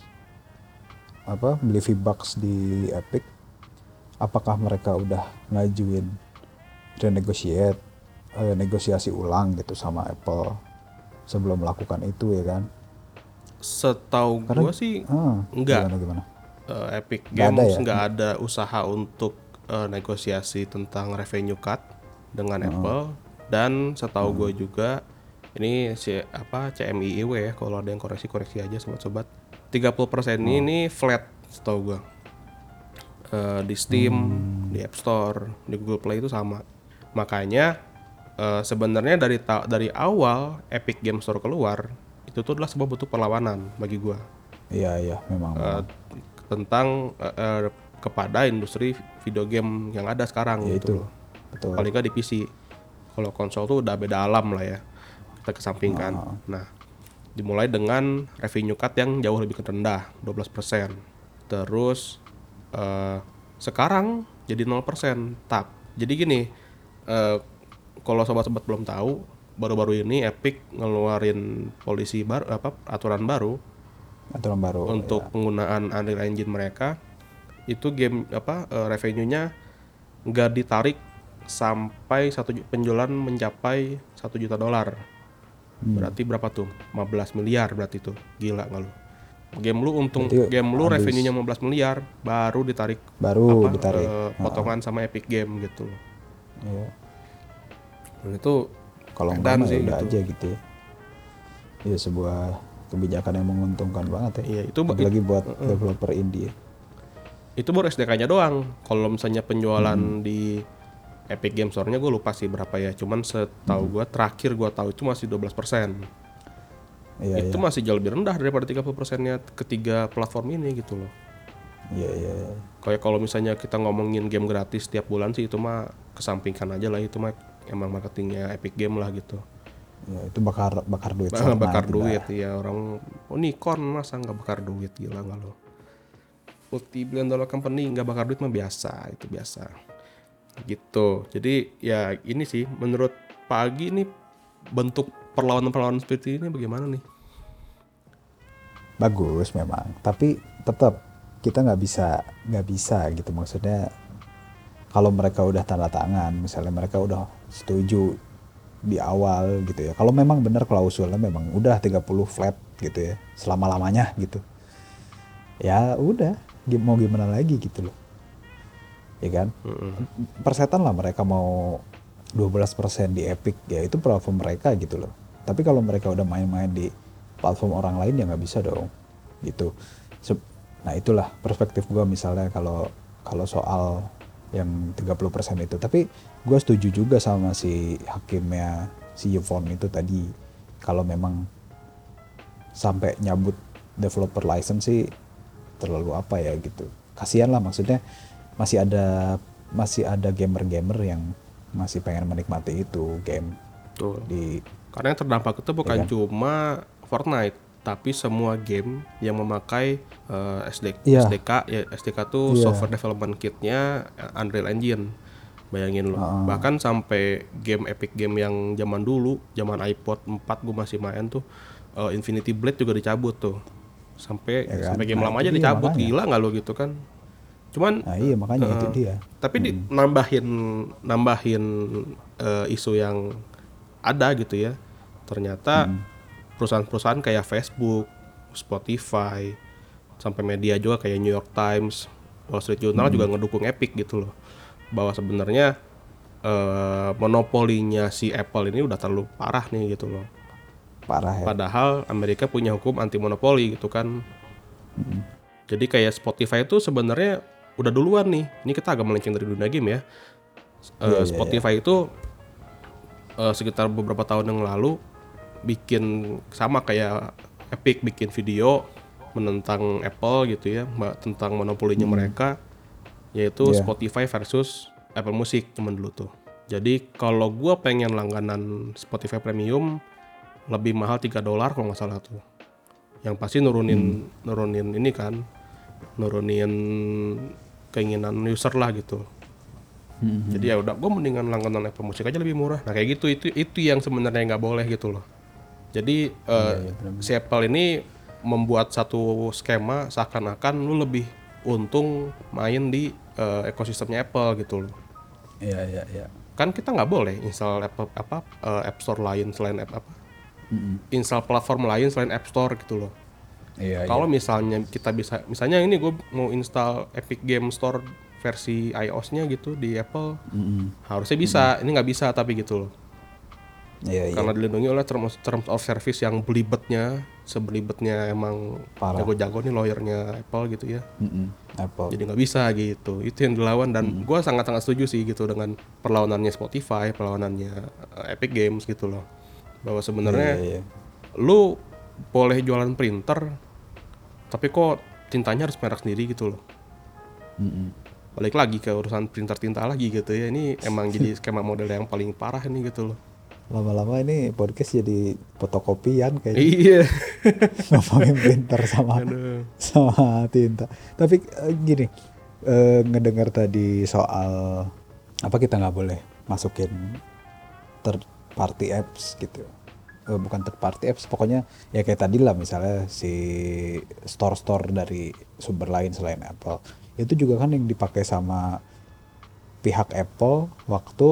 apa beli V-Bucks di Epic. Apakah mereka udah ngajuin renegotiate, eh, negosiasi ulang gitu sama Apple sebelum melakukan itu ya kan? Setahu Karena gua sih ah, enggak. gimana gimana? Eh, Epic Nggak ada Games ya? nggak ada usaha untuk eh, negosiasi tentang revenue cut dengan Apple. Dan setahu gue juga ini si apa C M I I W ya, kalau ada yang koreksi-koreksi aja sobat-sobat. tiga puluh persen ini, ini flat setahu gue. Eh, di Steam, di App Store, di Google Play itu sama. Makanya eh, sebenarnya dari ta- dari awal Epic Games Store keluar itu tuh adalah sebuah bentuk perlawanan bagi gue Iya iya memang eh, memang. tentang eh, eh, kepada industri video game yang ada sekarang Ya gitu itu loh. betul. Paling nggak di P C. Kalau konsol tuh udah beda alam lah ya. Kita kesampingkan. Nah, dimulai dengan revenue cut yang jauh lebih rendah, dua belas persen. Terus eh, sekarang jadi nol persen. Tap. Jadi gini, eh, kalau sobat-sobat belum tahu, baru-baru ini Epic ngeluarin polisi baru apa aturan baru Aturan baru untuk ya. penggunaan Unreal Engine mereka. Itu game apa eh, revenue-nya nggak ditarik sampai satu ju- penjualan mencapai satu juta dolar. Berarti berapa tuh? lima belas miliar berarti tuh. Gila nggak lu? Game lu untung, Berarti game lu habis revenue-nya lima belas miliar, baru ditarik baru apa ditarik. eh, potongan sama Epic Game gitu loh. Iya. Dan itu Kalau enggak edan mah ya sih udah gitu. aja gitu ya. Iya sebuah kebijakan yang menguntungkan banget ya. Iya, itu ba- Apalagi buat developer indie ya. Itu baru S D K-nya doang. Kalau misalnya penjualan di Epic Games Store-nya gue lupa sih berapa ya. Cuman setahu gue terakhir gue tahu itu masih dua belas persen. Iya Itu iya. masih jauh lebih rendah daripada tiga puluh persennya ketiga platform ini gitu loh. Iya iya. iya. Kayak kalau misalnya kita ngomongin game gratis tiap bulan sih itu mah kesampingkan aja lah, itu mah emang marketingnya Epic Game lah gitu. Ya, itu bakar bakar duit Bah, Fortnite bakar lah. duit ya orang unicorn masa nggak bakar duit, gila nggak lo? Multi billion dollar company nggak bakar duit mah biasa, itu biasa. Gitu. Jadi ya ini sih menurut Pak Agi ini bentuk perlawanan-perlawanan seperti ini bagaimana nih? Bagus memang, tapi tetap kita nggak bisa nggak bisa gitu, maksudnya kalau mereka udah tanda tangan, misalnya mereka udah setuju di awal gitu ya, kalau memang benar klausulnya memang udah tiga puluh flat gitu ya selama-lamanya gitu, ya udah gi- mau gimana lagi gitu loh, ya kan. Persetan lah mereka mau dua belas persen di Epic, ya itu platform mereka gitu loh. Tapi kalau mereka udah main-main di platform orang lain ya nggak bisa dong gitu. Se- Nah itulah perspektif gue misalnya kalau kalau soal yang tiga puluh persen itu. Tapi gue setuju juga sama si hakimnya si Yvonne itu tadi. Kalau memang sampai nyabut developer license sih terlalu apa ya gitu. Kasihan lah, maksudnya masih ada masih ada gamer-gamer yang masih pengen menikmati itu game Tuh. di Karena yang terdampak itu bukan Ya kan? cuma Fortnite, tapi semua game yang memakai eh, S D, Iya. S D K, ya S D K tuh Iya. software development kitnya eh, Unreal Engine. Bayangin lo, bahkan sampai game Epic Game yang zaman dulu, zaman iPod empat gue masih main tuh, eh, Infinity Blade juga dicabut tuh. Sampai Ya kan? sampai game Nah, lama itu aja dia dicabut, makanya. gila nggak lo gitu kan? Cuman Nah iya makanya itu dia. tapi di, nambahin nambahin eh, isu yang ada gitu ya, ternyata perusahaan-perusahaan kayak Facebook, Spotify, sampai media juga kayak New York Times, Wall Street Journal juga ngedukung Epic gitu loh, bahwa sebenarnya eh, monopolinya si Apple ini udah terlalu parah nih gitu loh. Parah ya. Padahal Amerika punya hukum anti monopoli gitu kan. Jadi kayak Spotify itu sebenarnya udah duluan nih. Ini kita agak melenceng dari dunia game ya. Eh, Iya, iya, Spotify itu eh, sekitar beberapa tahun yang lalu bikin sama kayak Epic, bikin video menentang Apple gitu ya, mbak, tentang monopolinya mereka, yaitu Iya. Spotify versus Apple Music zaman dulu tuh. Jadi kalau gua pengen langganan Spotify Premium lebih mahal tiga dolar kalau nggak salah tuh. Yang pasti nurunin nurunin ini kan, nurunin keinginan user lah gitu. Jadi ya udah, gue mendingan langganan Apple Music aja lebih murah. Nah kayak gitu, itu itu yang sebenarnya nggak boleh gitu loh. Jadi eh, si Apple ini membuat satu skema seakan-akan lu lebih untung main di eh, ekosistemnya Apple gitu loh. Iya iya iya. Kan kita nggak boleh install Apple apa eh, App Store lain selain App apa? Install platform lain selain App Store gitu loh. Iya, Kalau iya. misalnya kita bisa, misalnya ini gue mau install Epic Game Store versi iOS-nya gitu di Apple, Mm-mm. harusnya bisa. Ini nggak bisa tapi gitu loh. Iya, iya. Karena dilindungi oleh terms, terms of service yang belibetnya, sebelibetnya emang Parah. jago-jago nih lawyernya Apple gitu ya. Mm-mm. Apple. Jadi nggak bisa gitu. Itu yang dilawan dan gue sangat-sangat setuju sih gitu dengan perlawanannya Spotify, perlawanannya eh, Epic Games gitu loh. Bahwa sebenarnya Iya, iya. lu boleh jualan printer, tapi kok tintanya harus merek sendiri gitu loh. Mm-mm. Balik lagi ke urusan printer tinta lagi gitu ya. Ini emang jadi skema model yang paling parah ini gitu loh. Lama-lama ini podcast jadi fotokopian kayaknya. Iya. Ngomongin printer sama Aduh. sama tinta. Tapi eh, gini, eh, ngedengar tadi soal apa kita nggak boleh masukin third party apps gitu. Eh, bukan third party apps, pokoknya ya kayak tadi lah misalnya si store-store dari sumber lain selain Apple. Itu juga kan yang dipakai sama pihak Apple waktu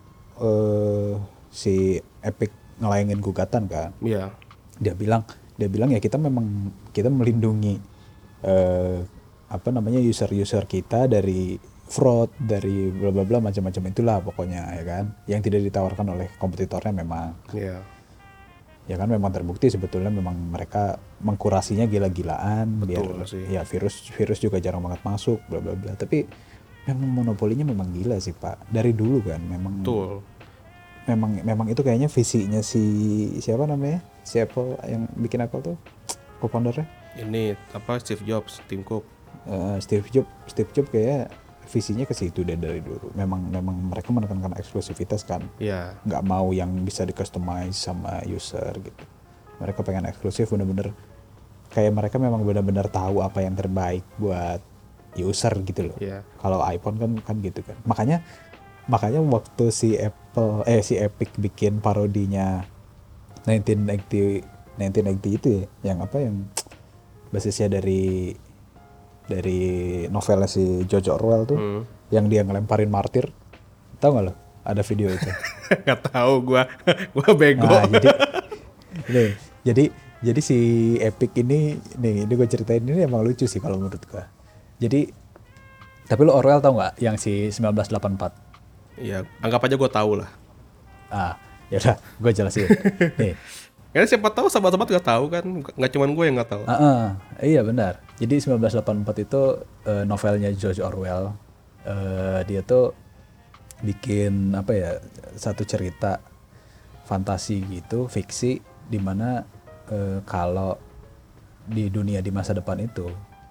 eh, si Epic ngelayangin gugatan kan. Iya. Dia bilang dia bilang ya kita memang kita melindungi eh, apa namanya user-user kita dari fraud, dari bla bla bla macam-macam itulah pokoknya ya kan, yang tidak ditawarkan oleh kompetitornya memang. Iya. Ya kan memang terbukti sebetulnya memang mereka mengkurasinya gila-gilaan biar Betul sih. ya virus virus juga jarang banget masuk bla bla bla, tapi memang monopolinya memang gila sih Pak dari dulu kan, memang Betul. memang memang itu kayaknya visinya si siapa namanya si Apple yang bikin Apple tuh co-foundernya. Ini apa Steve Jobs, Tim Cook. Eh, Steve Jobs Steve Jobs kayak visinya ke situ deh dari dulu, memang memang mereka menekankan eksklusivitas kan, Iya. nggak mau yang bisa di customize sama user gitu, mereka pengen eksklusif bener-bener kayak mereka memang benar-benar tahu apa yang terbaik buat user gitu loh. Iya. Kalau iPhone kan kan gitu kan, makanya makanya waktu si Apple eh si Epic bikin parodinya nineteen eighty nineteen eighty itu ya, yang apa yang basisnya dari dari novelnya si George Orwell tuh, Hmm. yang dia ngelemparin martir, tahu nggak lo? Ada video itu. Nggak tahu gua. Gua bego. Nah, jadi nih, jadi jadi si Epic ini nih, ini gue ceritain ini emang lucu sih kalau menurut gua. Jadi tapi lo Orwell tahu nggak yang si nineteen eighty-four? Iya, anggap aja gua tahu lah. Ah, ya udah, gue jelasin. Nih, Karena siapa tahu sahabat-sahabat nggak tahu kan, nggak cuma gue yang nggak tahu. ah, ah, iya benar. Jadi nineteen eighty-four itu eh, novelnya George Orwell. Eh, dia tuh bikin apa ya, satu cerita fantasi gitu, fiksi, dimana eh, kalau di dunia di masa depan itu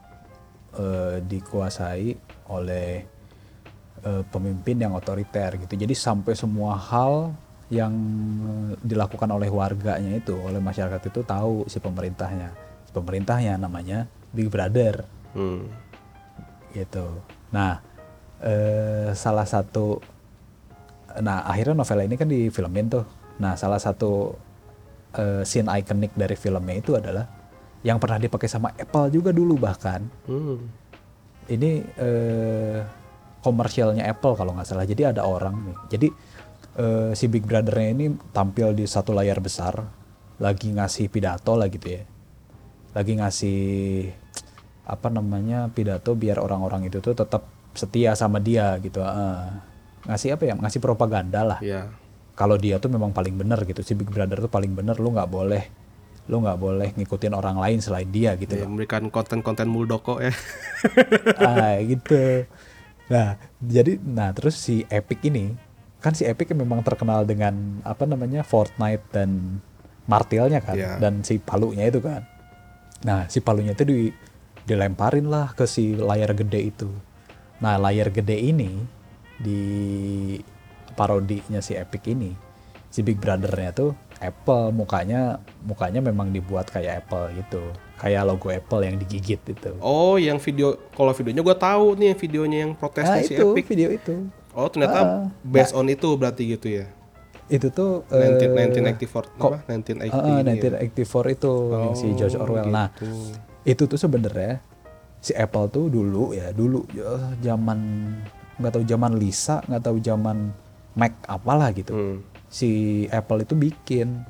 eh, dikuasai oleh eh, pemimpin yang otoriter gitu. Jadi sampai semua hal yang dilakukan oleh warganya itu, oleh masyarakat itu tahu si pemerintahnya. Si pemerintahnya namanya Big Brother Hmm. gitu. Nah, eh, salah satu, nah akhirnya novel ini kan difilmin tuh. Nah, salah satu eh, scene ikonik dari filmnya itu adalah yang pernah dipakai sama Apple juga dulu bahkan. Hmm. Ini eh, komersialnya Apple kalau nggak salah. Jadi ada orang nih. Jadi eh, si Big Brother-nya ini tampil di satu layar besar, lagi ngasih pidato lah gitu ya. Lagi ngasih apa namanya pidato biar orang-orang itu tuh tetap setia sama dia gitu. Eh, ngasih apa ya? Ngasih propaganda lah. Iya. Kalau dia tuh memang paling benar gitu. Si Big Brother tuh paling benar. Lu nggak boleh, lu nggak boleh ngikutin orang lain selain dia gitu Ya, loh. memberikan konten-konten Muldoko ya. Ah gitu. Nah, jadi nah terus si Epic ini kan si Epic memang terkenal dengan apa namanya Fortnite dan martilnya kan, Iya. dan si palunya itu kan. Nah, si palunya itu di, dilemparin lah ke si layar gede itu. Nah, layar gede ini di parodinya si Epic ini, si Big Brother-nya tuh Apple, mukanya mukanya memang dibuat kayak Apple gitu. Kayak logo Apple yang digigit itu. Oh, yang video, kalau videonya gue tahu nih videonya yang Nah, protesnya si itu Epic. video itu. Oh, ternyata Ah, based on itu berarti gitu ya. Itu tuh nineteen, eh, nineteen eighty-four kok- apa? nineteen eighty Ah, ini ya? nineteen eighty-four itu yang si George Oh, Orwell. Nah, gitu. itu tuh sebenarnya si Apple tuh dulu ya, dulu ya, zaman nggak tahu zaman Lisa, nggak tahu zaman Mac apalah gitu. Hmm. Si Apple itu bikin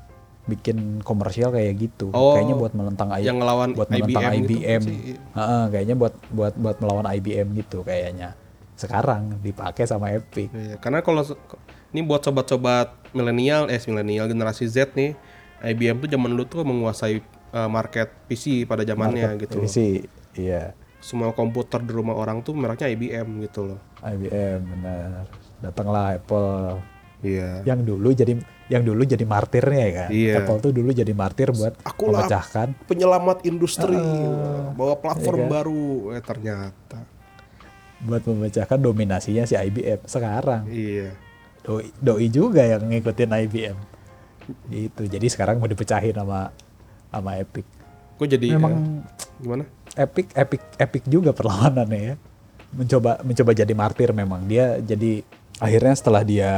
bikin komersial kayak gitu. Oh, Kayaknya buat menentang I- yang ngelawan buat menentang I B M I B M. gitu sih. Heeh, kayaknya buat buat buat melawan I B M gitu kayaknya. Sekarang dipakai sama Epic. Iya, karena kalau se- ini buat sobat-sobat milenial, eh milenial generasi Z nih, I B M tuh zaman dulu tuh menguasai uh, market P C pada zamannya Market gitu loh. sih, iya. Semua komputer di rumah orang tuh mereknya I B M gitu loh. I B M benar. Datanglah Apple. Iya. Yang dulu jadi yang dulu jadi martirnya ya kan. Iya. Apple tuh dulu jadi martir buat Akulah memecahkan penyelamat industri, Ah, bawa platform iya kan? baru, eh ternyata. buat memecahkan dominasinya si I B M. Sekarang Iya. doi, doi juga yang ngikutin I B M. Gitu. Jadi sekarang mau dipecahin sama sama Epic. Kok jadi Memang eh, gimana? Epic Epic Epic juga perlawanannya ya. Mencoba mencoba jadi martir memang. Dia jadi akhirnya setelah dia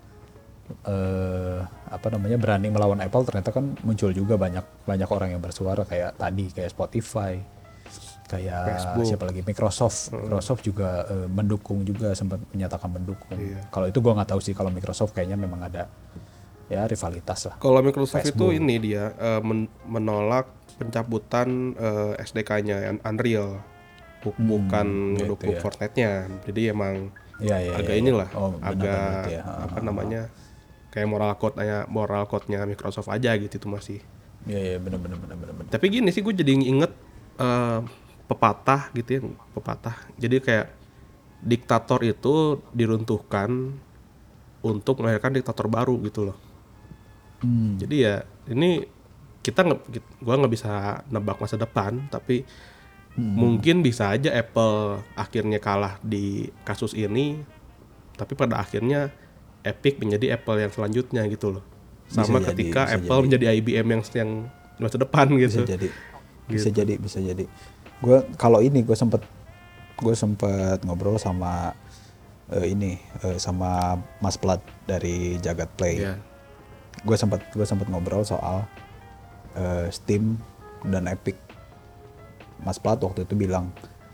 eh apa namanya berani melawan Apple, ternyata kan muncul juga banyak banyak orang yang bersuara kayak tadi kayak Spotify, kayak Facebook. siapa lagi Microsoft. Microsoft juga eh, mendukung juga, sempat menyatakan mendukung. Iya. Kalau itu gua nggak tahu sih, kalau Microsoft kayaknya memang ada ya rivalitas lah. Kalau Microsoft Facebook. itu ini dia eh, men- menolak pencabutan eh, S D K-nya Un- Unreal, Bu- bukan gitu mendukung ya. Fortnite-nya. Jadi emang Ya, ya, agak ya, inilah, ya. Oh, benar agak banget ya. apa namanya, kayak moral code-nya moral code-nya Microsoft aja gitu itu masih. Iya, iya, benar benar benar benar. Tapi gini sih gue jadi inget eh, pepatah gitu ya, pepatah. Jadi kayak diktator itu diruntuhkan untuk melahirkan diktator baru gitu loh. Hmm. Jadi ya ini kita nggak, gue nggak bisa nebak masa depan, tapi mungkin bisa aja Apple akhirnya kalah di kasus ini, tapi pada akhirnya Epic menjadi Apple yang selanjutnya gitu loh. Sama Bisa jadi, ketika bisa Apple jadi. menjadi I B M yang yang masa depan gitu. Bisa jadi, bisa jadi, bisa jadi. Gue kalau ini gue sempet gue sempet ngobrol sama eh, ini eh, sama Mas Plat dari Jagat Play. Iya. Gue sempet gue sempet ngobrol soal eh, Steam dan Epic. Mas Plat waktu itu bilang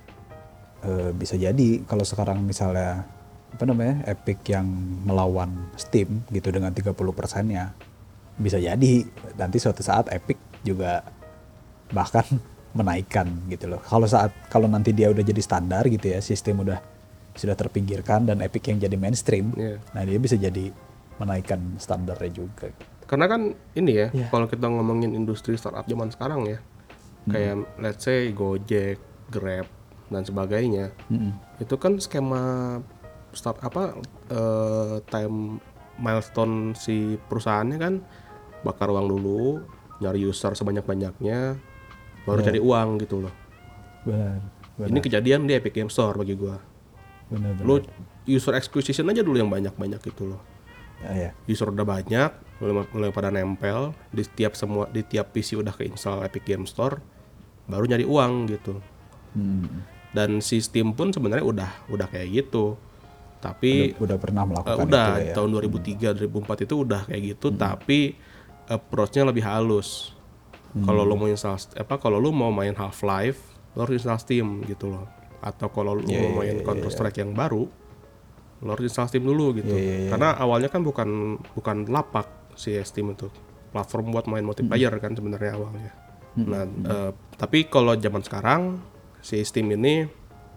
e, bisa jadi kalau sekarang misalnya apa namanya Epic yang melawan Steam gitu dengan tiga puluh persennya, bisa jadi nanti suatu saat Epic juga bahkan menaikkan gitu loh. Kalau saat kalau nanti dia udah jadi standar gitu ya, sistem udah sudah terpinggirkan dan Epic yang jadi mainstream, Iya. nah dia bisa jadi menaikkan standarnya juga. Karena kan ini ya, Iya. kalau kita ngomongin industri startup zaman sekarang ya, kayak let's say Gojek, Grab dan sebagainya, Mm-mm. itu kan skema start apa eh, time milestone si perusahaannya kan bakar uang dulu, nyari user sebanyak-banyaknya, baru cari uang gitu loh. Benar, benar, Ini kejadian di Epic Game Store bagi gua. benar, benar. Lu user acquisition aja dulu yang banyak-banyak gitu loh. Ya, ya. User udah banyak, mulai, mulai pada nempel di tiap semua di tiap P C udah keinstall Epic Game Store, baru nyari uang gitu. Hmm. Dan sistem pun sebenarnya udah udah kayak gitu. Tapi udah, udah pernah eh, melakukan udah itu ya. tahun dua ribu tiga dua ribu empat itu udah kayak gitu, tapi approach-nya lebih halus. Kalau lo mau install apa kalau lo mau main Half-Life, lo harus install Steam gitu loh. Atau kalau lo Iya, mau iya, main iya, Counter Strike yang baru, lo harus install Steam dulu gitu. Iya, iya, iya. Karena awalnya kan bukan bukan lapak si Steam itu, platform buat main multiplayer kan sebenarnya awalnya. Nah, eh, tapi kalau zaman sekarang si Steam ini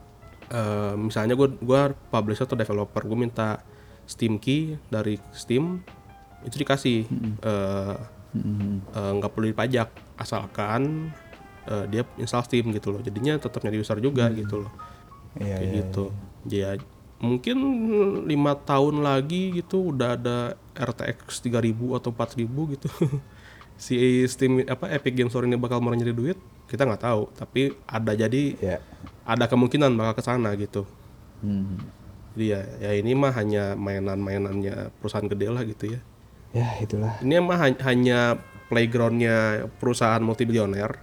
eh, misalnya gue gua publisher atau developer, gue minta Steam key dari Steam, itu dikasih eh, eh, nggak perlu dipajak asalkan eh, dia install Steam gitu loh. Jadinya tetap nyari user juga gitu loh. Iya, Kayak iya, gitu. Ya mungkin lima tahun lagi gitu udah ada R T X tiga ribu atau empat ribu gitu. Si Steam apa Epic Games Store ini bakal mulai nyari duit, kita nggak tahu, tapi ada jadi iya. ada kemungkinan bakal ke sana gitu. Hmm. Jadi ya, ya ini mah hanya mainan-mainannya perusahaan gede lah gitu ya. Ya itulah. Ini mah ha- hanya playgroundnya perusahaan multibilioner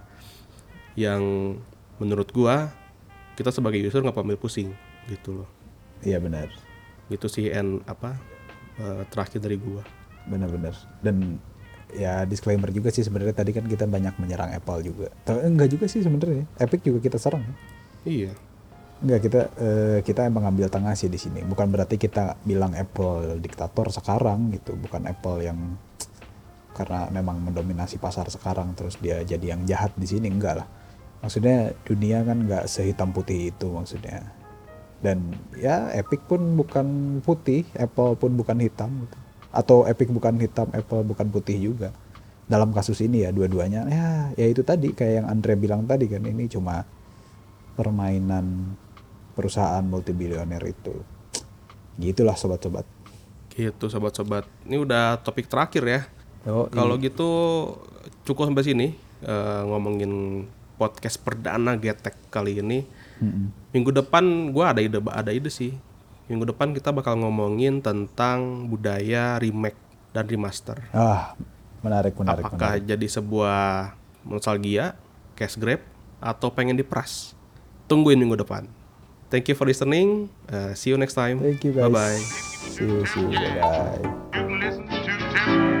yang menurut gua kita sebagai user nggak perlu ambil pusing gitu loh. Iya benar, Gitu sih end apa eh, terakhir dari gua. benar-benar. Dan ya disclaimer juga sih sebenarnya tadi kan kita banyak menyerang Apple juga. Tapi enggak juga sih sebenarnya. Epic juga kita serang. Iya. Enggak, kita eh, kita emang ngambil tengah sih di sini. Bukan berarti kita bilang Apple diktator sekarang gitu. Bukan Apple yang karena memang mendominasi pasar sekarang terus dia jadi yang jahat di sini, enggak lah. Maksudnya dunia kan nggak sehitam putih itu maksudnya. Dan ya Epic pun bukan putih, Apple pun bukan hitam gitu. Atau Epic bukan hitam, Apple bukan putih juga. Dalam kasus ini ya dua-duanya ya ya itu tadi kayak yang Andre bilang tadi kan, ini cuma permainan perusahaan multibilioner itu. Gitulah sobat-sobat. Gitu sobat-sobat. Ini udah topik terakhir ya. Oh, Kalau gitu cukup sampai sini uh, ngomongin podcast perdana Getek kali ini. mm-mm. Minggu depan gue ada ide ada ide sih. Minggu depan kita bakal ngomongin tentang budaya remake dan remaster. Ah, menarik menarik. Apakah menarik. jadi sebuah nostalgia, cash grab, atau pengen diperas? Tungguin minggu depan. Thank you for listening. Uh, see you next time. Thank you guys. Bye bye. See you, see you, bye bye. You listen to Tim